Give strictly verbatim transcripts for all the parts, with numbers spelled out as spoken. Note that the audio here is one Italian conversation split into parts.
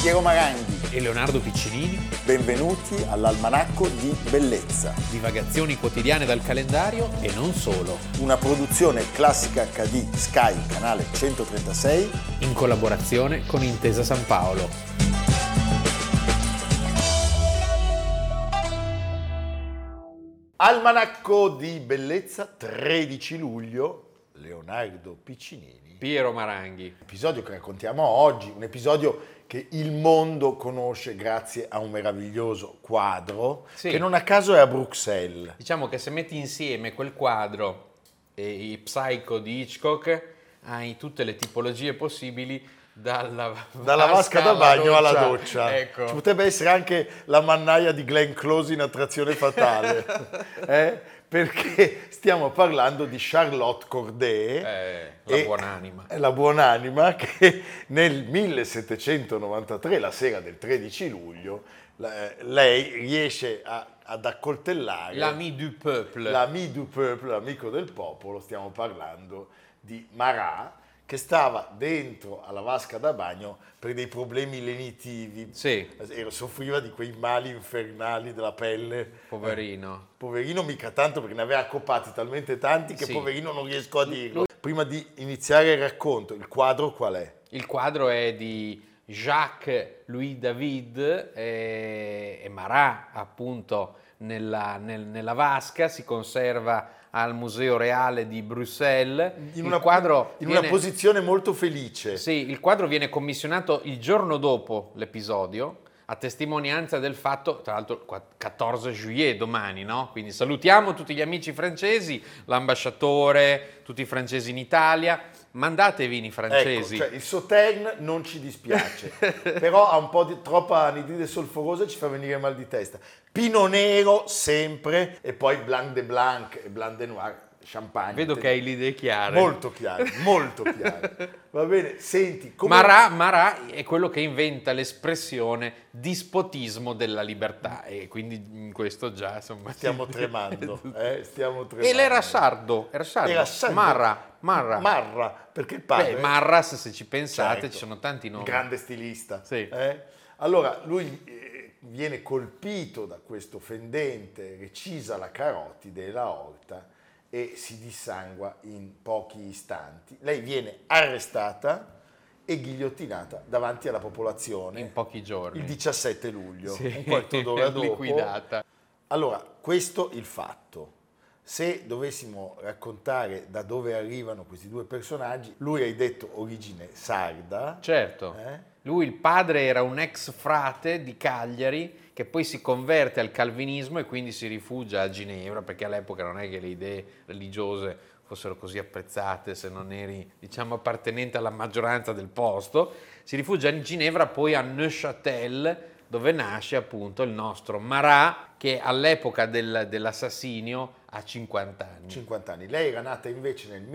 Piero Maranghi e Leonardo Piccinini. Benvenuti all'Almanacco di Bellezza. Divagazioni quotidiane dal calendario e non solo. Una produzione Classica acca di Sky, canale centotrentasei. In collaborazione con Intesa San Paolo. Almanacco di Bellezza, tredici luglio, Leonardo Piccinini. Piero Maranghi. Episodio che raccontiamo oggi, un episodio che il mondo conosce grazie a un meraviglioso quadro, sì, che non a caso è a Bruxelles. Diciamo che se metti insieme quel quadro e i Psycho di Hitchcock, hai tutte le tipologie possibili, dalla, dalla vasca da bagno alla doccia. Ecco. Ci potrebbe essere anche la mannaia di Glenn Close in Attrazione Fatale, eh? Perché stiamo parlando di Charlotte Corday, eh, la buonanima. La buonanima che nel millesettecentonovantatré, la sera del tredici luglio, lei riesce a, ad accoltellare l'ami du peuple, l'ami du peuple, l'amico del popolo. Stiamo parlando di Marat, che stava dentro alla vasca da bagno per dei problemi lenitivi, sì, soffriva di quei mali infernali della pelle. Poverino. Eh, poverino mica tanto, perché ne aveva accopati talmente tanti che sì, poverino non riesco a dirlo. Prima di iniziare il racconto, il quadro qual è? Il quadro è di Jacques Louis David e, e Marat, appunto, nella, nel, nella vasca, si conserva al Museo Reale di Bruxelles. In, il una, quadro in viene, una posizione molto felice. Sì, il quadro viene commissionato il giorno dopo l'episodio, a testimonianza del fatto, tra l'altro quattordici juillet domani, no? Quindi salutiamo tutti gli amici francesi, l'ambasciatore, tutti i francesi in Italia, mandate vini francesi. Ecco, cioè il Sauternes non ci dispiace, però ha un po' di troppa anidride solforosa e ci fa venire mal di testa. Pino Nero sempre, e poi Blanc de Blanc e Blanc de Noir, champagne. Vedo che hai le idee chiare. Molto chiare, molto chiare. Va bene, senti... Come... Marat, Marat è quello che inventa l'espressione dispotismo della libertà, e quindi in questo già, insomma... Stiamo tremando, eh? Stiamo tremando. E l'era sardo, era sardo. Era sardo. Marra, Marra. Marra, perché il padre... Beh, Marras, se ci pensate, certo, ci sono tanti nomi. Grande stilista. Sì. Eh? Allora, lui eh, viene colpito da questo fendente, recisa la carotide e l'aorta, e si dissangua in pochi istanti. Lei viene arrestata e ghigliottinata davanti alla popolazione in pochi giorni, il diciassette luglio, sì, un quarto d'ora dopo. Liquidata. Allora, questo il fatto. Se dovessimo raccontare da dove arrivano questi due personaggi, lui hai detto origine sarda. Certo, eh? Lui, il padre, era un ex frate di Cagliari che poi si converte al calvinismo e quindi si rifugia a Ginevra, perché all'epoca non è che le idee religiose fossero così apprezzate se non eri, diciamo, appartenente alla maggioranza del posto. Si rifugia a Ginevra, poi a Neuchâtel, dove nasce appunto il nostro Marat, che all'epoca del, dell'assassinio ha cinquanta anni. cinquanta anni. Lei era nata invece nel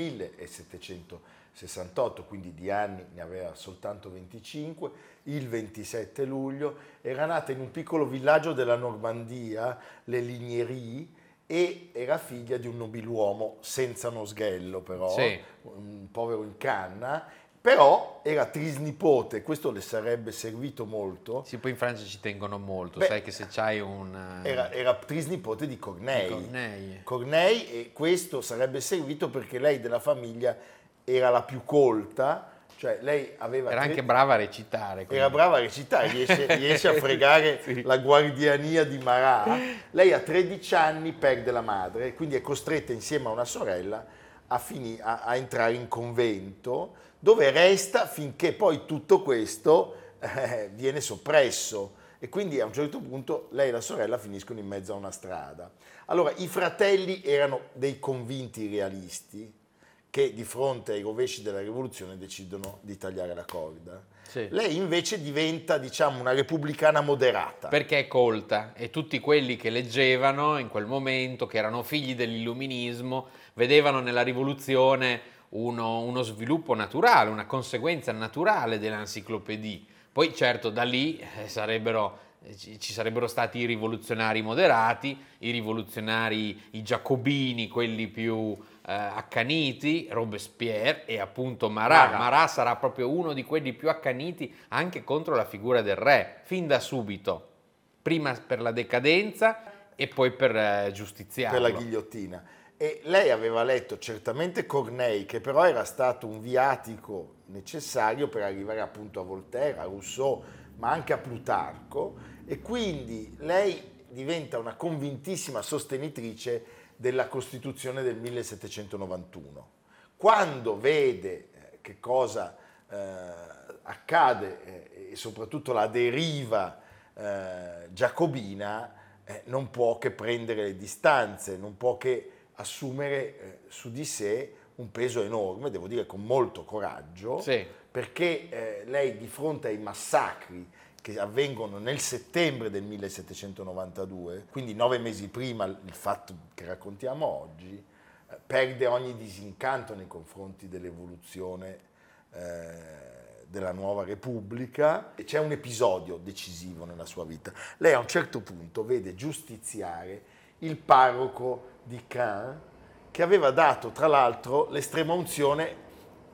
millesettecentosessantotto, quindi di anni ne aveva soltanto venticinque, il ventisette luglio, era nata in un piccolo villaggio della Normandia, Le Lignerie, e era figlia di un nobiluomo senza uno sghello, però, sì, un povero in canna. Però era trisnipote, questo le sarebbe servito molto. Sì, poi in Francia ci tengono molto. Beh, sai che se c'hai un... Era, era trisnipote di Corneille. Di Corneille. Corneille, e questo sarebbe servito perché lei della famiglia era la più colta, cioè lei aveva... Era tre... anche brava a recitare. Quindi. Era brava a recitare, riesce, riesce a fregare sì, la guardiania di Marat. Lei a tredici anni perde la madre, quindi è costretta insieme a una sorella a, fini, a, a entrare in convento, dove resta finché poi tutto questo eh, viene soppresso, e quindi a un certo punto lei e la sorella finiscono in mezzo a una strada. Allora, i fratelli erano dei convinti realisti che di fronte ai rovesci della rivoluzione decidono di tagliare la corda. Sì. Lei invece diventa, diciamo, una repubblicana moderata. Perché è colta, e tutti quelli che leggevano in quel momento, che erano figli dell'illuminismo, vedevano nella rivoluzione Uno, uno sviluppo naturale, una conseguenza naturale dell'enciclopédie. Poi certo da lì eh, sarebbero ci, ci sarebbero stati i rivoluzionari moderati, i rivoluzionari, i giacobini, quelli più eh, accaniti, Robespierre e appunto Marat. Marat. Marat sarà proprio uno di quelli più accaniti anche contro la figura del re, fin da subito, prima per la decadenza e poi per eh, giustiziarlo. Per la ghigliottina. E lei aveva letto certamente Corneille, che però era stato un viatico necessario per arrivare appunto a Voltaire, a Rousseau, ma anche a Plutarco, e quindi lei diventa una convintissima sostenitrice della Costituzione del millesettecentonovantuno. Quando vede eh, che cosa eh, accade eh, e soprattutto la deriva eh, giacobina, eh, non può che prendere le distanze, non può che assumere eh, su di sé un peso enorme, devo dire con molto coraggio, sì. perché eh, lei di fronte ai massacri che avvengono nel settembre del millesettecentonovantadue, quindi nove mesi prima il fatto che raccontiamo oggi, eh, perde ogni disincanto nei confronti dell'evoluzione eh, della nuova Repubblica. E c'è un episodio decisivo nella sua vita. Lei a un certo punto vede giustiziare il parroco di Caen, che aveva dato tra l'altro l'estrema unzione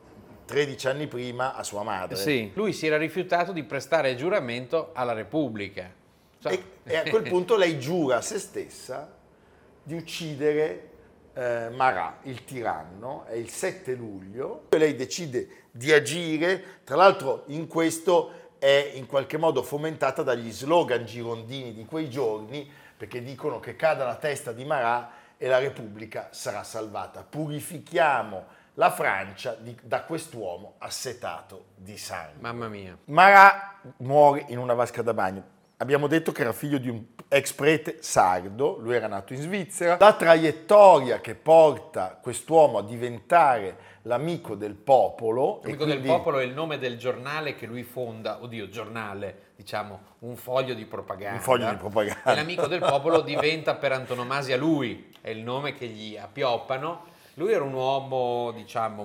tredici anni prima a sua madre. Sì, lui si era rifiutato di prestare giuramento alla Repubblica. Cioè... E, e a quel punto lei giura a se stessa di uccidere eh, Marat, il tiranno. È il sette luglio. E lei decide di agire, tra l'altro in questo è in qualche modo fomentata dagli slogan girondini di quei giorni, perché dicono che cada la testa di Marat e la Repubblica sarà salvata. Purifichiamo la Francia di, da quest'uomo assetato di sangue. Mamma mia. Marat muore in una vasca da bagno. Abbiamo detto che era figlio di un ex prete sardo, lui era nato in Svizzera. La traiettoria che porta quest'uomo a diventare l'amico del popolo. L'amico quindi... del popolo è il nome del giornale che lui fonda, oddio, giornale, diciamo, un foglio di propaganda. Un foglio di propaganda. E l'amico del popolo diventa per antonomasia lui, è il nome che gli appioppano. Lui era un uomo, diciamo,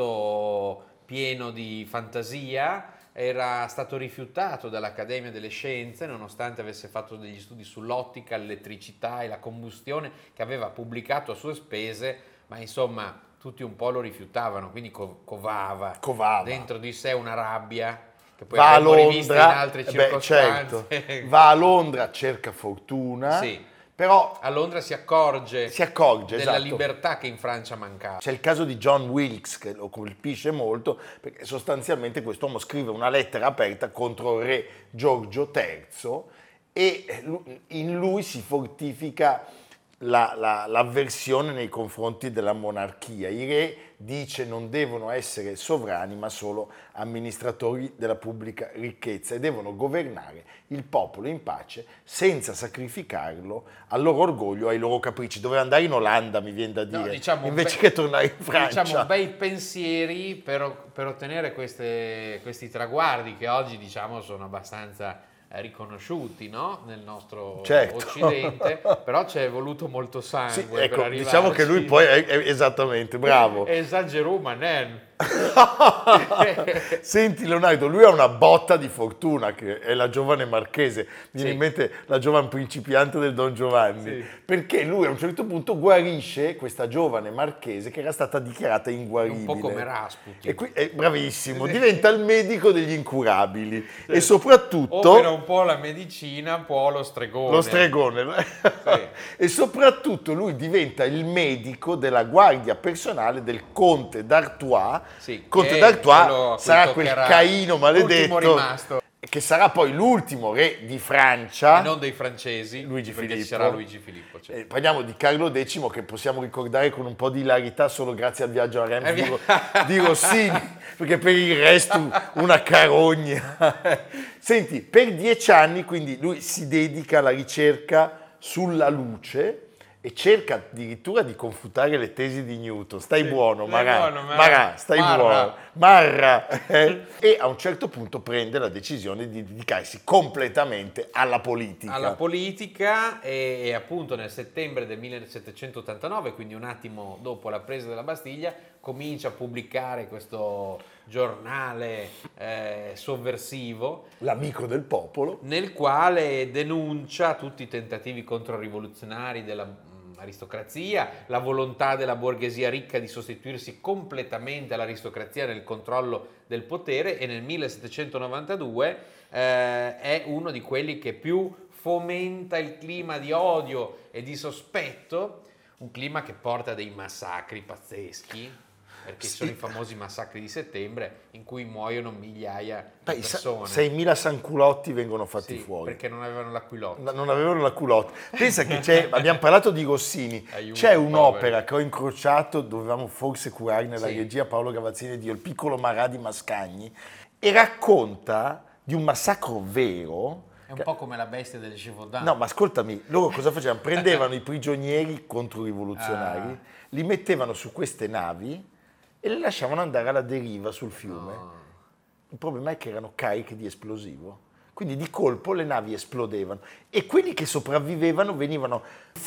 molto pieno di fantasia, era stato rifiutato dall'Accademia delle Scienze, nonostante avesse fatto degli studi sull'ottica, l'elettricità e la combustione, che aveva pubblicato a sue spese, ma insomma tutti un po' lo rifiutavano, quindi co- covava, Covava. dentro di sé una rabbia che poi Va a avremmo rivisto in Londra, altre eh beh, circostanze. certo. Va a Londra, cerca fortuna. Sì. Però a Londra si accorge, si accorge della esatto. libertà che in Francia mancava. C'è il caso di John Wilkes che lo colpisce molto, perché sostanzialmente quest'uomo scrive una lettera aperta contro il re Giorgio terzo e in lui si fortifica la, la, l'avversione nei confronti della monarchia. I re, dice, non devono essere sovrani ma solo amministratori della pubblica ricchezza e devono governare il popolo in pace senza sacrificarlo al loro orgoglio, ai loro capricci. Doveva andare in Olanda, mi viene da dire, no, diciamo invece be- che tornare in Francia. Diciamo bei pensieri per, per ottenere queste, questi traguardi che oggi, diciamo, sono abbastanza riconosciuti, no? Nel nostro certo. Occidente, però ci è voluto molto sangue sì, per ecco, arrivarci. diciamo che lui poi è, è esattamente bravo. Esagerò, ma non. Senti Leonardo, lui ha una botta di fortuna che è la giovane marchese, mi viene sì. in mente la giovane principiante del Don Giovanni, sì. perché lui a un certo punto guarisce questa giovane marchese che era stata dichiarata inguaribile. Un po' come Rasputin. E qui è bravissimo, sì. diventa il medico degli incurabili sì. e soprattutto... Opera un po' la medicina, un po' lo stregone. Lo stregone. Sì. E soprattutto lui diventa il medico della guardia personale del conte d'Artois. Sì, Conte d'Artois sarà quel Caino maledetto che sarà poi l'ultimo re di Francia e non dei francesi, Luigi perché Filippo. ci sarà Luigi Filippo, certo. eh, parliamo di Carlo decimo che possiamo ricordare con un po' di ilarità solo grazie al viaggio a Reims di, di Rossini, perché per il resto una carogna. Senti, per dieci anni quindi lui si dedica alla ricerca sulla luce e cerca addirittura di confutare le tesi di Newton. Stai sì, buono, Marat, buono, Marat, stai Marra. buono, Marra. Eh? E a un certo punto prende la decisione di dedicarsi completamente alla politica. Alla politica e, e appunto nel settembre del millesettecentottantanove, quindi un attimo dopo la presa della Bastiglia, comincia a pubblicare questo giornale eh, sovversivo, L'amico del popolo, nel quale denuncia tutti i tentativi controrivoluzionari della aristocrazia, la volontà della borghesia ricca di sostituirsi completamente all'aristocrazia nel controllo del potere, e nel millesettecentonovantadue eh, è uno di quelli che più fomenta il clima di odio e di sospetto, un clima che porta a dei massacri pazzeschi, perché sì. ci sono i famosi massacri di settembre in cui muoiono migliaia Beh, di persone. seimila sanculotti vengono fatti Sì, fuori. perché non avevano la culotte. No, non avevano la culotte. Pensa che c'è, abbiamo parlato di Rossini, Aiuto, c'è un'opera poveri. che ho incrociato, dovevamo forse curare nella Sì. regia Paolo Gavazzini ed io, Il piccolo Marat di Mascagni, e racconta di un massacro vero. È un po' come la bestia del Gévaudan. No, ma ascoltami, loro cosa facevano? Prendevano i prigionieri controrivoluzionari, Ah. li mettevano su queste navi e le lasciavano andare alla deriva sul fiume. No. Il problema è che erano cariche di esplosivo, quindi di colpo le navi esplodevano e quelli che sopravvivevano venivano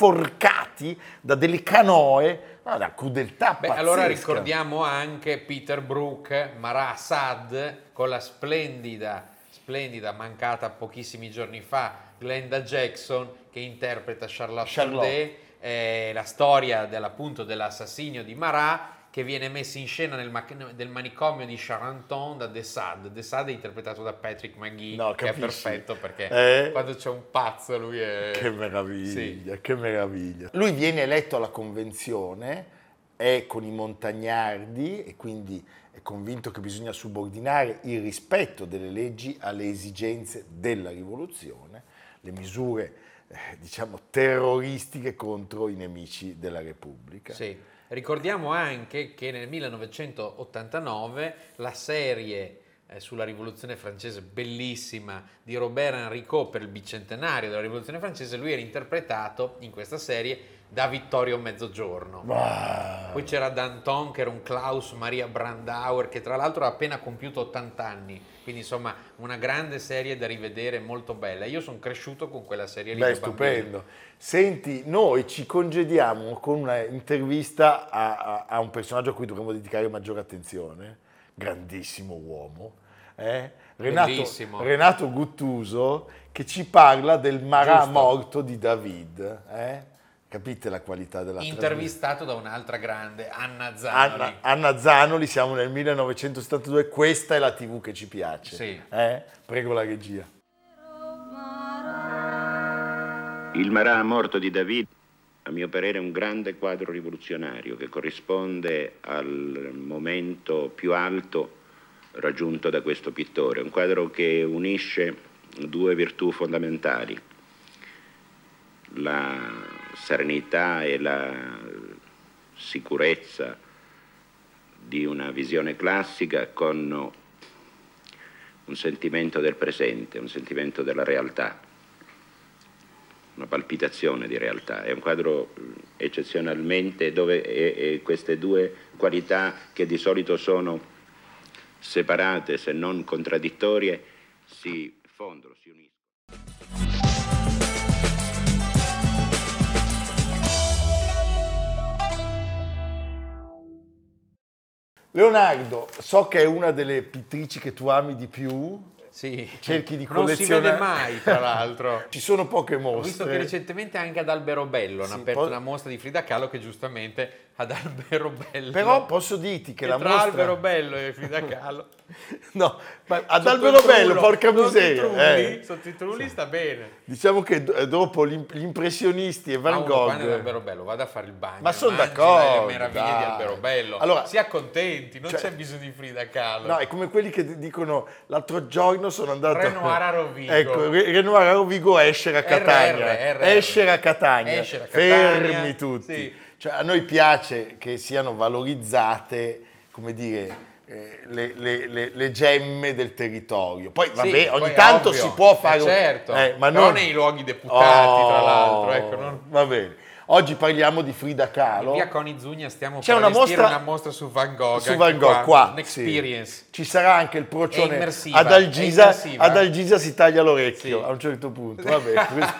forcati da delle canoe, no, da crudeltà Beh, pazzesca. allora ricordiamo anche Peter Brook, Marat Sade, con la splendida, splendida, mancata pochissimi giorni fa, Glenda Jackson, che interpreta Charlotte, Charlotte. Corday, eh, la storia del, appunto dell'assassinio di Marat, che viene messa in scena nel ma- del manicomio di Charenton da De Sade. De Sade è interpretato da Patrick Magee, No, che è capisci? perfetto perché Eh? quando c'è un pazzo lui è... Che meraviglia, Sì. che meraviglia. Lui viene eletto alla convenzione, è con i montagnardi e quindi è convinto che bisogna subordinare il rispetto delle leggi alle esigenze della rivoluzione, le misure eh, diciamo terroristiche contro i nemici della Repubblica. Sì. Ricordiamo anche che nel millenovecentottantanove la serie eh, sulla rivoluzione francese, bellissima, di Robert Enrico per il bicentenario della rivoluzione francese, lui era interpretato in questa serie da Vittorio Mezzogiorno. Wow. Poi c'era Danton, che era un Klaus Maria Brandauer, che tra l'altro ha appena compiuto ottanta anni, quindi insomma una grande serie da rivedere, molto bella. Io sono cresciuto con quella serie lì. Beh, da bambino. stupendo. Senti, noi ci congediamo con una intervista a, a- a un personaggio a cui dovremmo dedicare maggiore attenzione, grandissimo uomo, eh? Renato, Bellissimo. Renato Guttuso, che ci parla del Marat Giusto. morto di David. Eh? Capite la qualità della trasmissione? Intervistato da un'altra grande, Anna Zanoli. Anna, Anna Zanoli, siamo nel millenovecentosettantadue, questa è la tivù che ci piace. Sì. Eh? Prego la regia. Il Marat morto di David, a mio parere, è un grande quadro rivoluzionario che corrisponde al momento più alto raggiunto da questo pittore. Un quadro che unisce due virtù fondamentali: la serenità e la sicurezza di una visione classica con un sentimento del presente, un sentimento della realtà, una palpitazione di realtà. È un quadro eccezionalmente dove e, e queste due qualità, che di solito sono separate se non contraddittorie, si fondono, si uniscono. Leonardo, so che è una delle pittrici che tu ami di più. Sì. Cerchi di Non si collezionare. vede mai, tra l'altro. Ci sono poche mostre. Ho visto che recentemente anche ad Alberobello hanno Sì, aperto poi- una mostra di Frida Kahlo, che giustamente ad Alberobello... Però posso dirti che e la tra mostra... Alberobello e Frida Kahlo... No, ma ad sotto Alberobello, il trullo, porca sotto i miseria. trulli, eh. Sotto i trulli sta bene. Diciamo che do- dopo gli gli impressionisti e Ma Van uno quando è ad Gogh... Alberobello vada a fare il bagno, Ma son mangi d'accordo, le meraviglie dai. di Alberobello, Allora- si accontenti, non cioè- c'è bisogno di Frida Kahlo. No, è come quelli che d- dicono l'altro giorno sono andato... Renoir a Rovigo. Ecco, Re- Renoir a Rovigo, Escher a Catania. R R, R R. Escher a Catania. Escher a Catania, Fermi tutti. sì. Cioè, a noi piace che siano valorizzate, come dire... eh, Le, le- le- le gemme del territorio. Poi vabbè, Sì, ogni poi è tanto ovvio, si può eh, fare un- certo, eh, ma però non- nei luoghi deputati, tra Oh, l'altro, ecco, non- va bene. Oggi parliamo di Frida Kahlo. In via Coni Zugna stiamo C'è per una allestire mostra, una mostra su Van Gogh. su Van Gogh qua, qua, un'experience. Sì. Ci sarà anche il procione. È immersiva, ad Algisa, è immersiva. ad Algisa si taglia l'orecchio Sì. a un certo punto. Vabbè,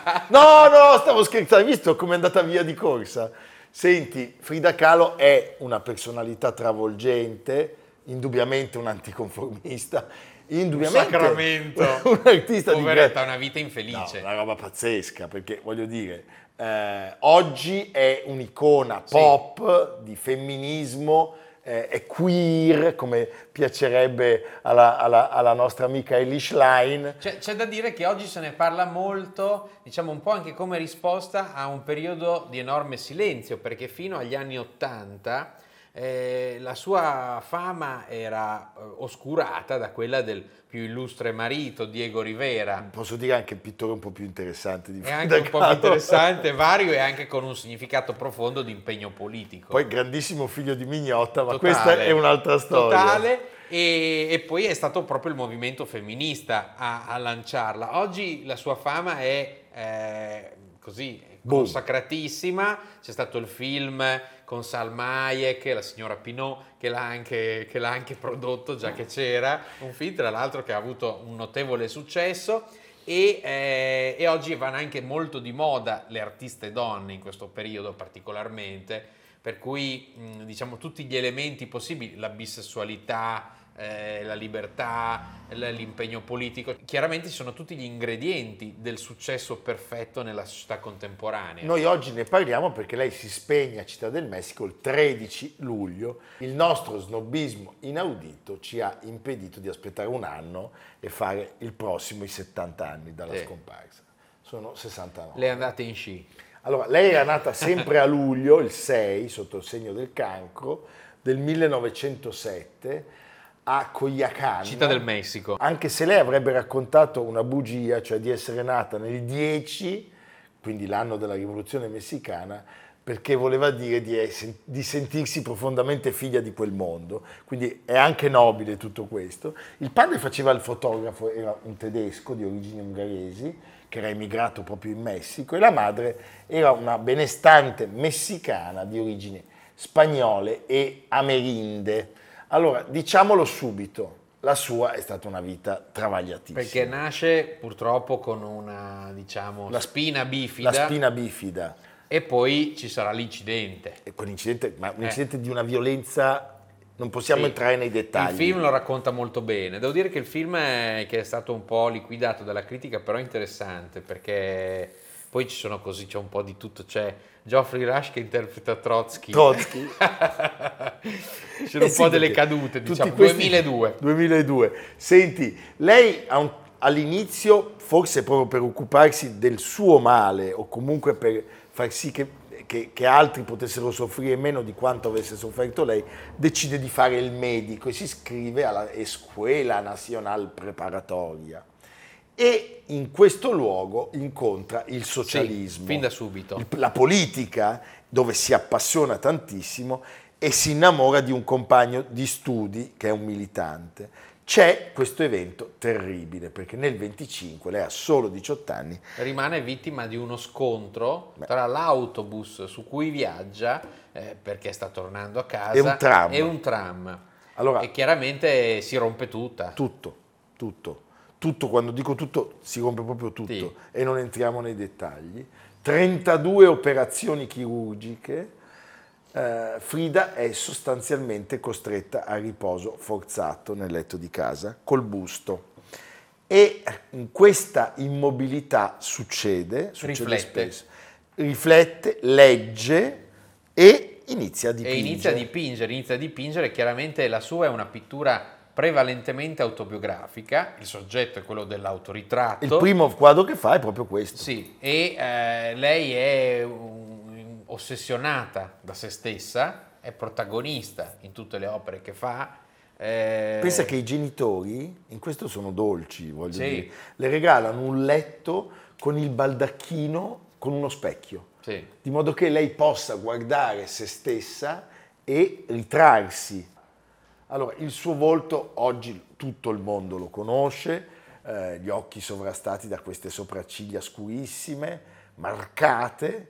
no, no, stavo scherzando. Hai visto come è andata via di corsa? Senti, Frida Kahlo è una personalità travolgente, indubbiamente un anticonformista, indubbiamente un sacramento, un artista poveretta, di una vita infelice. No, una roba pazzesca, perché voglio dire, eh, oggi è un'icona pop sì. di femminismo, eh, è queer, come piacerebbe alla, alla, alla nostra amica Ellie Schlein. C'è, c'è da dire che oggi se ne parla molto, diciamo un po' anche come risposta a un periodo di enorme silenzio, perché fino agli anni Ottanta eh, la sua fama era eh, oscurata da quella del più illustre marito, Diego Rivera. Posso dire anche il pittore un po' più interessante di Frida È anche un po' Kahlo. più interessante, vario e anche con un significato profondo di impegno politico. Poi grandissimo figlio di mignotta, ma Totale, questa è un'altra storia. Totale, e, e poi è stato proprio il movimento femminista a, a lanciarla. Oggi la sua fama è eh, così Boom. consacratissima, c'è stato il film con Salma Hayek, la signora Pinot, che l'ha anche, che l'ha anche prodotto, già che c'era, un film tra l'altro che ha avuto un notevole successo. E, eh, e oggi vanno anche molto di moda le artiste donne in questo periodo particolarmente, per cui mh, diciamo tutti gli elementi possibili, la bisessualità, eh, la libertà, l'impegno politico, chiaramente ci sono tutti gli ingredienti del successo perfetto nella società contemporanea. Noi oggi ne parliamo perché lei si spegne a Città del Messico il tredici luglio. Il nostro snobismo inaudito ci ha impedito di aspettare un anno e fare il prossimo i settanta anni dalla sì. scomparsa. Sono sessantanove. Le andate in sci. Allora, lei era nata sempre a luglio, il sei, sotto il segno del cancro, del millenovecentosette, a Coyoacán, Città del Messico. Anche se lei avrebbe raccontato una bugia, cioè di essere nata nel dieci, quindi l'anno della rivoluzione messicana, perché voleva dire di, essere, di sentirsi profondamente figlia di quel mondo. Quindi è anche nobile tutto questo. Il padre faceva il fotografo, era un tedesco di origini ungheresi, che era emigrato proprio in Messico, e la madre era una benestante messicana di origini spagnole e amerindi. Allora, diciamolo subito, la sua è stata una vita travagliatissima. Perché nasce purtroppo con una, diciamo, la spina bifida. La spina bifida. E poi ci sarà l'incidente. E quell'incidente, ma un incidente eh. di una violenza, non possiamo sì. entrare nei dettagli. Il film lo racconta molto bene. Devo dire che il film è, che è stato un po' liquidato dalla critica, però è interessante, perché poi ci sono così, c'è un po' di tutto, c'è Geoffrey Rush che interpreta Trotsky. Trotsky. C'erano eh un sì, po' delle cadute, diciamo, questi, duemiladue. duemiladue. Senti, lei un, all'inizio, forse proprio per occuparsi del suo male, o comunque per far sì che, che, che altri potessero soffrire meno di quanto avesse sofferto lei, decide di fare il medico e si iscrive alla Escuela Nacional Preparatoria. E in questo luogo incontra il socialismo, sì, fin da subito. il, la politica, dove si appassiona tantissimo e si innamora di un compagno di studi che è un militante. C'è questo evento terribile, perché nel venticinque, lei ha solo diciotto anni, rimane vittima di uno scontro Beh. tra l'autobus su cui viaggia, eh, perché sta tornando a casa, e un tram. E, un tram. Allora, e chiaramente si rompe tutta. Tutto, tutto. Tutto, quando dico tutto, si rompe proprio tutto, sì. E non entriamo nei dettagli. trentadue operazioni chirurgiche, eh, Frida è sostanzialmente costretta a riposo forzato nel letto di casa, col busto. E in questa immobilità succede, succede riflette. spesso, riflette, legge e inizia a dipingere. E inizia a dipingere, inizia a dipingere, chiaramente la sua è una pittura prevalentemente autobiografica, il soggetto è quello dell'autoritratto. Il primo quadro che fa è proprio questo. Sì, e eh, lei è un, ossessionata da se stessa, è protagonista in tutte le opere che fa. Eh... Pensa che i genitori, in questo sono dolci, voglio sì. dire, le regalano un letto con il baldacchino con uno specchio, sì. di modo che lei possa guardare se stessa e ritrarsi. Allora, il suo volto oggi tutto il mondo lo conosce, eh, gli occhi sovrastati da queste sopracciglia scurissime, marcate,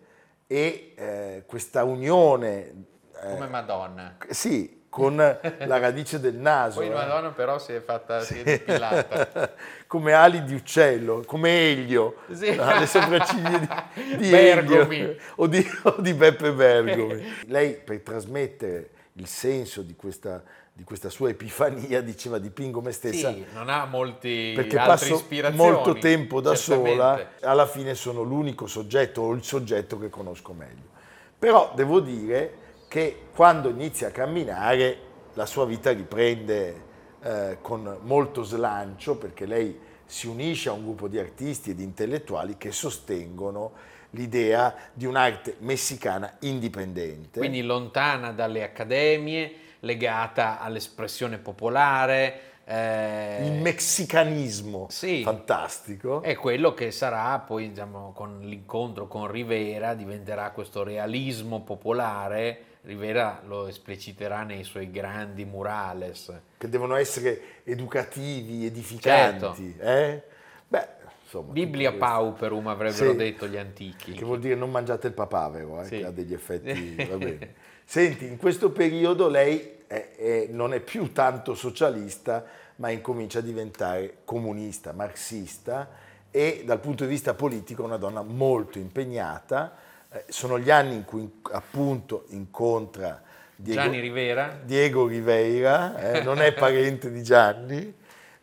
e eh, questa unione... eh, Come Madonna. Sì, con la radice del naso. Poi eh. Madonna però si è fatta, si è depilata. Come ali di uccello, come Elio, Sì. ha le sopracciglia di, di Bergomi. Elio o di, o di Beppe Bergomi. Lei, per trasmettere il senso di questa, di questa sua epifania, diceva: dipingo me stessa Sì, non ha molti perché altre passo ispirazioni. molto tempo da certamente. sola, alla fine sono l'unico soggetto o il soggetto che conosco meglio. Però devo dire che quando inizia a camminare la sua vita riprende eh, con molto slancio, perché lei si unisce a un gruppo di artisti e di intellettuali che sostengono l'idea di un'arte messicana indipendente. Quindi lontana dalle accademie, legata all'espressione popolare. Eh, il mexicanismo, sì, fantastico. è quello che sarà poi, diciamo, con l'incontro con Rivera, diventerà questo realismo popolare. Rivera lo espliciterà nei suoi grandi murales. Che devono essere educativi, edificanti. Certo. Eh? Beh, insomma, Biblia pauperum avrebbero sì, detto gli antichi. che vuol dire non mangiate il papavero, eh, Sì. che ha degli effetti, va bene. Senti, in questo periodo lei è, è, non è più tanto socialista, ma incomincia a diventare comunista, marxista, e dal punto di vista politico è una donna molto impegnata. Eh, sono gli anni in cui appunto incontra Diego Gianni Rivera. Diego Rivera, eh, non è parente di Gianni.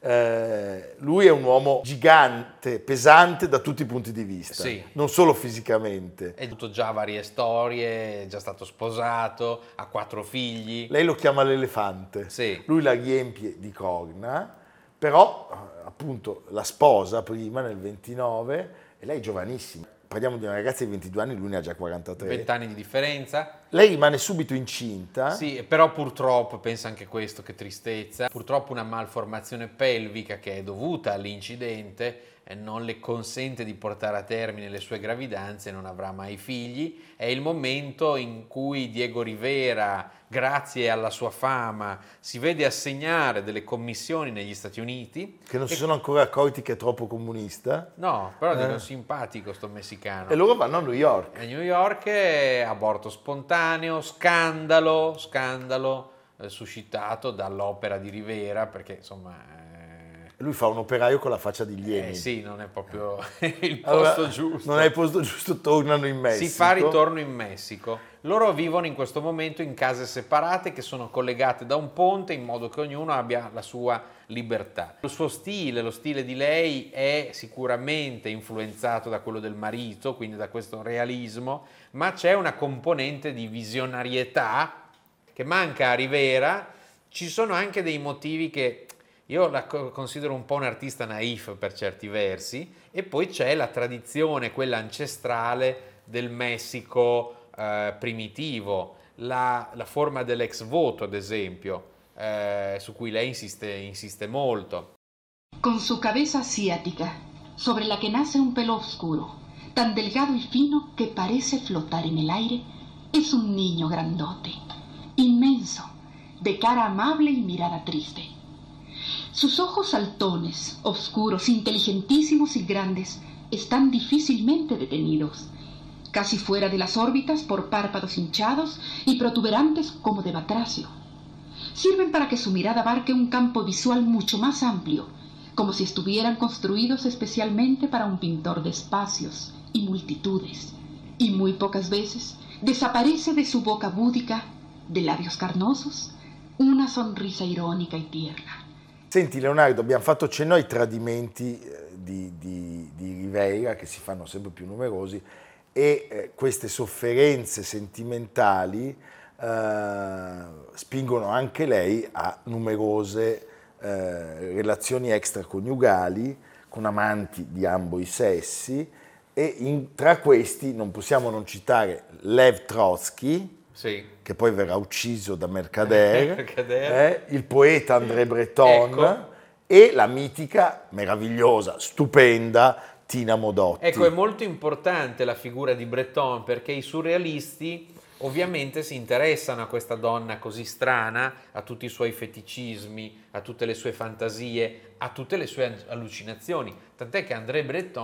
Eh, lui è un uomo gigante, pesante da tutti i punti di vista, Sì. non solo fisicamente. È avuto già varie storie, è già stato sposato, ha quattro figli. Lei lo chiama l'elefante, Sì. lui la riempie di corna, però appunto la sposa prima nel ventinove e lei è giovanissima. Parliamo di una ragazza di ventidue anni, lui ne ha già quarantatré. vent'anni di differenza. Lei rimane subito incinta. Sì, però purtroppo, pensa anche questo, che tristezza, purtroppo una malformazione pelvica che è dovuta all'incidente eh, non le consente di portare a termine le sue gravidanze, non avrà mai figli. È il momento in cui Diego Rivera, grazie alla sua fama, si vede assegnare delle commissioni negli Stati Uniti. Che non si e... sono ancora accorti che è troppo comunista. No, però Eh. dico simpatico sto messicano. E loro vanno a New York. A New York è aborto spontaneo, scandalo, scandalo eh, suscitato dall'opera di Rivera, perché insomma... Lui fa un operaio con la faccia di Liemi. Eh, sì, non è proprio il posto Allora, giusto. Non è il posto giusto, tornano in Messico. Si fa ritorno in Messico. Loro vivono in questo momento in case separate che sono collegate da un ponte in modo che ognuno abbia la sua libertà. Il suo stile, lo stile di lei è sicuramente influenzato da quello del marito, quindi da questo realismo, ma c'è una componente di visionarietà che manca a Rivera. Ci sono anche dei motivi che io la considero un po' un artista naif per certi versi, e poi c'è la tradizione, quella ancestrale del Messico eh, primitivo, la, la forma dell'ex voto, ad esempio, eh, su cui lei insiste, insiste molto. Con su cabeza asiática, sobre la que nace un pelo oscuro, tan delgado y fino que parece flotar en el aire, es un niño grandote, inmenso, de cara amable y mirada triste. Sus ojos saltones, oscuros, inteligentísimos y grandes, están difícilmente detenidos, casi fuera de las órbitas por párpados hinchados y protuberantes como de batracio. Sirven para que su mirada abarque un campo visual mucho más amplio, como si estuvieran construidos especialmente para un pintor de espacios y multitudes, y muy pocas veces desaparece de su boca búdica, de labios carnosos, una sonrisa irónica y tierna. Senti Leonardo, abbiamo fatto cenno ai tradimenti di, di, di Rivera, che si fanno sempre più numerosi, e eh, queste sofferenze sentimentali eh, spingono anche lei a numerose eh, relazioni extraconiugali con amanti di ambo i sessi, e in, tra questi non possiamo non citare Lev Trotsky, Sì. che poi verrà ucciso da Mercader, Mercader. Eh, il poeta André Breton, Ecco. e la mitica, meravigliosa, stupenda Tina Modotti. Ecco, è molto importante la figura di Breton, perché i surrealisti ovviamente si interessano a questa donna così strana, a tutti i suoi feticismi, a tutte le sue fantasie, a tutte le sue allucinazioni, tant'è che André Breton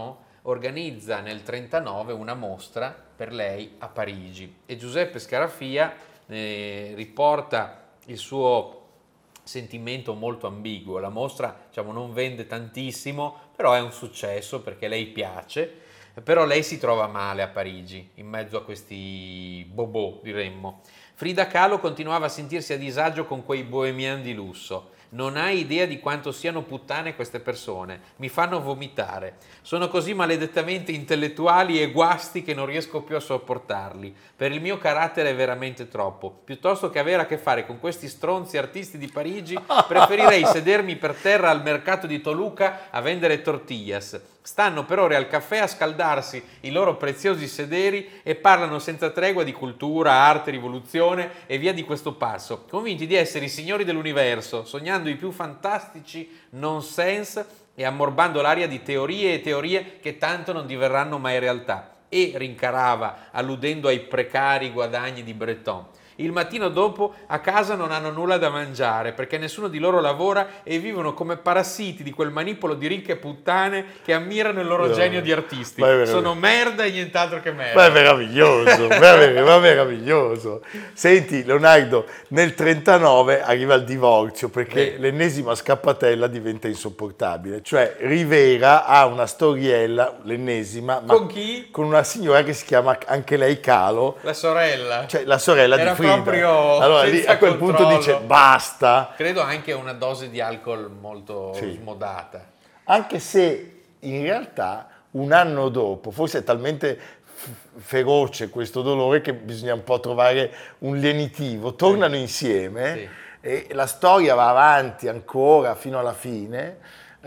organizza nel trentanove una mostra per lei a Parigi e Giuseppe Scarafia eh, riporta il suo sentimento molto ambiguo. La mostra, diciamo, non vende tantissimo, però è un successo perché lei piace, però lei si trova male a Parigi in mezzo a questi bobò, diremmo. Frida Kahlo continuava a sentirsi a disagio con quei bohemian di lusso. Non hai idea di quanto siano puttane queste persone, mi fanno vomitare. Sono così maledettamente intellettuali e guasti che non riesco più a sopportarli. Per il mio carattere è veramente troppo. Piuttosto che avere a che fare con questi stronzi artisti di Parigi, preferirei sedermi per terra al mercato di Toluca a vendere tortillas. Stanno per ore al caffè a scaldarsi i loro preziosi sederi e parlano senza tregua di cultura, arte, rivoluzione e via di questo passo, convinti di essere i signori dell'universo, sognando i più fantastici nonsense e ammorbando l'aria di teorie e teorie che tanto non diverranno mai realtà. E rincarava, alludendo ai precari guadagni di Breton. Il mattino dopo a casa non hanno nulla da mangiare perché nessuno di loro lavora e vivono come parassiti di quel manipolo di ricche puttane che ammirano il loro no. genio di artisti. Sono merda e nient'altro che merda. Ma è meraviglioso, ma è meraviglioso. Senti Leonardo, nel trentanove arriva il divorzio perché eh. l'ennesima scappatella diventa insopportabile. Cioè Rivera ha una storiella, l'ennesima, ma con chi? Con una signora che si chiama anche lei Kahlo. La sorella. Cioè la sorella Era di proprio allora lì a quel controllo. punto dice basta. Credo anche una dose di alcol molto sì. smodata. Anche se in realtà un anno dopo, forse è talmente f- feroce questo dolore che bisogna un po' trovare un lenitivo, tornano sì. insieme sì. e la storia va avanti ancora fino alla fine.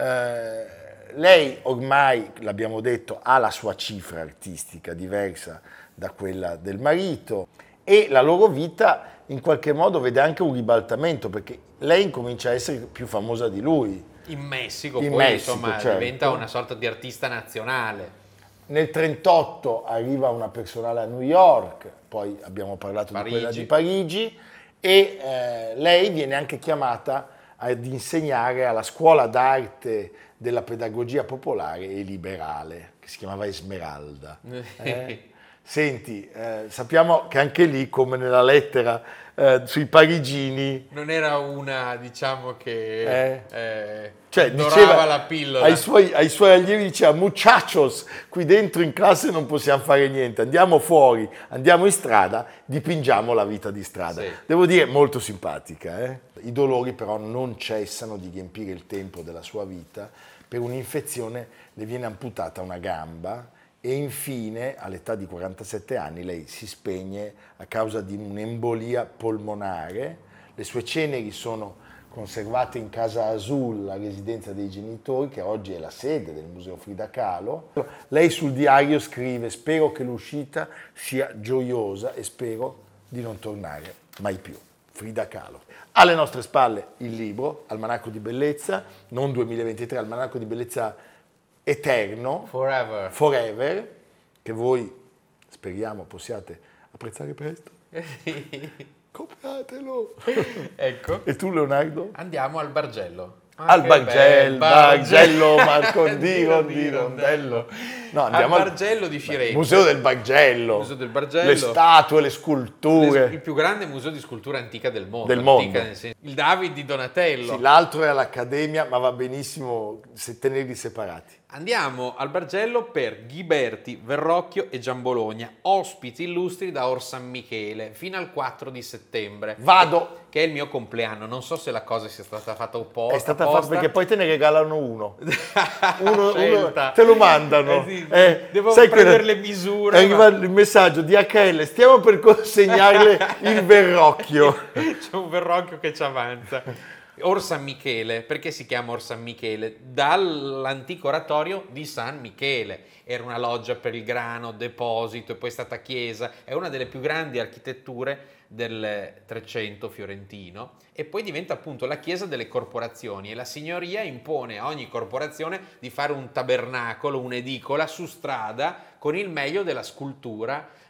Eh, lei ormai, l'abbiamo detto, ha la sua cifra artistica diversa da quella del marito. E la loro vita in qualche modo vede anche un ribaltamento perché lei incomincia a essere più famosa di lui. In Messico in poi Messico, insomma certo. diventa una sorta di artista nazionale. Nel trentotto arriva una personale a New York, poi abbiamo parlato Parigi. di quella di Parigi e eh, lei viene anche chiamata ad insegnare alla scuola d'arte della pedagogia popolare e liberale che si chiamava Esmeralda. Eh? Senti, eh, sappiamo che anche lì, come nella lettera eh, sui parigini... Non era una, diciamo, che eh, eh, cioè, diceva la pillola. Ai suoi, ai suoi allievi diceva, muchachos, qui dentro in classe non possiamo fare niente, andiamo fuori, andiamo in strada, dipingiamo la vita di strada. Sì. Devo dire, molto simpatica. Eh? I dolori però non cessano di riempire il tempo della sua vita. Per un'infezione le viene amputata una gamba, e infine, all'età di quarantasette anni, lei si spegne a causa di un'embolia polmonare. Le sue ceneri sono conservate in Casa Azul, la residenza dei genitori, che oggi è la sede del Museo Frida Kahlo. Lei sul diario scrive: spero che l'uscita sia gioiosa e spero di non tornare mai più. Frida Kahlo. Alle nostre spalle il libro, Almanacco di Bellezza, non duemilaventitré, Almanacco di Bellezza eterno, forever. forever, che voi speriamo possiate apprezzare presto. Compratelo. Ecco. E tu Leonardo? Andiamo al Bargello. Ah, al Bargello, Bargello, Marcondino di Rondello. No, andiamo al Bargello di Firenze. Museo del Bargello. Museo del Bargello. Le statue, le sculture. Le, il più grande museo di scultura antica del mondo. Del mondo. Nel senso, il David di Donatello. Sì, l'altro è all'Accademia, ma va benissimo se tenerli separati. Andiamo al Bargello per Ghiberti, Verrocchio e Giambologna, ospiti illustri da Or San Michele, fino al quattro di settembre. Vado! Che è il mio compleanno, non so se la cosa sia stata fatta un po'. È stata fatta perché poi te ne regalano uno. uno, uno te lo mandano. Eh sì, eh, devo sai prendere quella, le misure. Arriva ma... il messaggio di H L, stiamo per consegnarle il Verrocchio. C'è un Verrocchio che ci avanza. Or San Michele, perché si chiama Or San Michele? Dall'antico oratorio di San Michele. Era una loggia per il grano, deposito, e poi è stata chiesa. È una delle più grandi architetture del Trecento fiorentino e poi diventa appunto la chiesa delle corporazioni e la signoria impone a ogni corporazione di fare un tabernacolo, un'edicola su strada con il meglio della scultura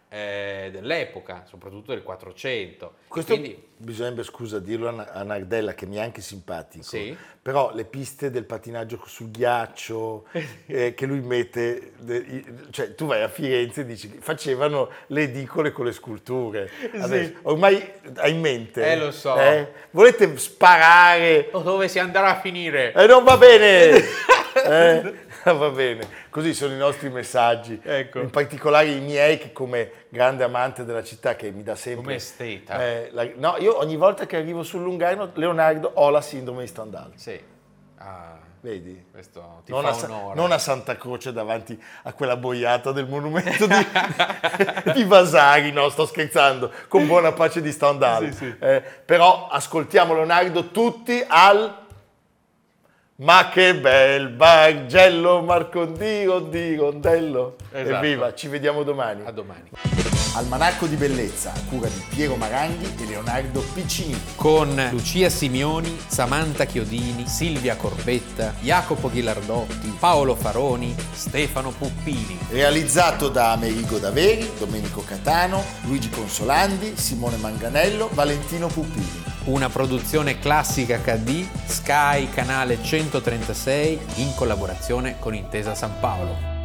eh, dell'epoca, soprattutto del Quattrocento. Questo quindi, bisognerebbe, scusa, dirlo a a Nardella, che mi è anche simpatico, Sì. però le piste del patinaggio sul ghiaccio eh, che lui mette, de- cioè tu vai a Firenze e dici facevano le edicole con le sculture. Adesso, ormai hai in mente? Eh, lo so. Eh? Volete sparare? oh, dove si andrà a finire? E eh, non va bene! eh? Va bene, così sono i nostri messaggi, Ecco. in particolare i miei, che come grande amante della città, che mi dà sempre Come esteta. eh, la- no, io ogni volta che arrivo sul Lung'Arno, Leonardo, ho la sindrome di Stendhal, Sì. Ah, vedi? questo ti Non fa a, Sa- onore. non a Santa Croce davanti a quella boiata del monumento di, di Vasari, no, sto scherzando, con buona pace di Stendhal. Sì, sì. Eh, però ascoltiamo Leonardo tutti al... Ma che bel Bargello Marcondio di Rondello. Esatto. Evviva, ci vediamo domani. A domani. Almanacco di bellezza, a cura di Piero Maranghi e Leonardo Piccini. Con Lucia Simioni, Samantha Chiodini, Silvia Corbetta, Jacopo Ghilardotti, Paolo Faroni, Stefano Puppini. Realizzato da Amerigo Daveri, Domenico Catano, Luigi Consolandi, Simone Manganello, Valentino Puppini. Una produzione Classica acca di, Sky, canale centotrentasei, in collaborazione con Intesa San Paolo.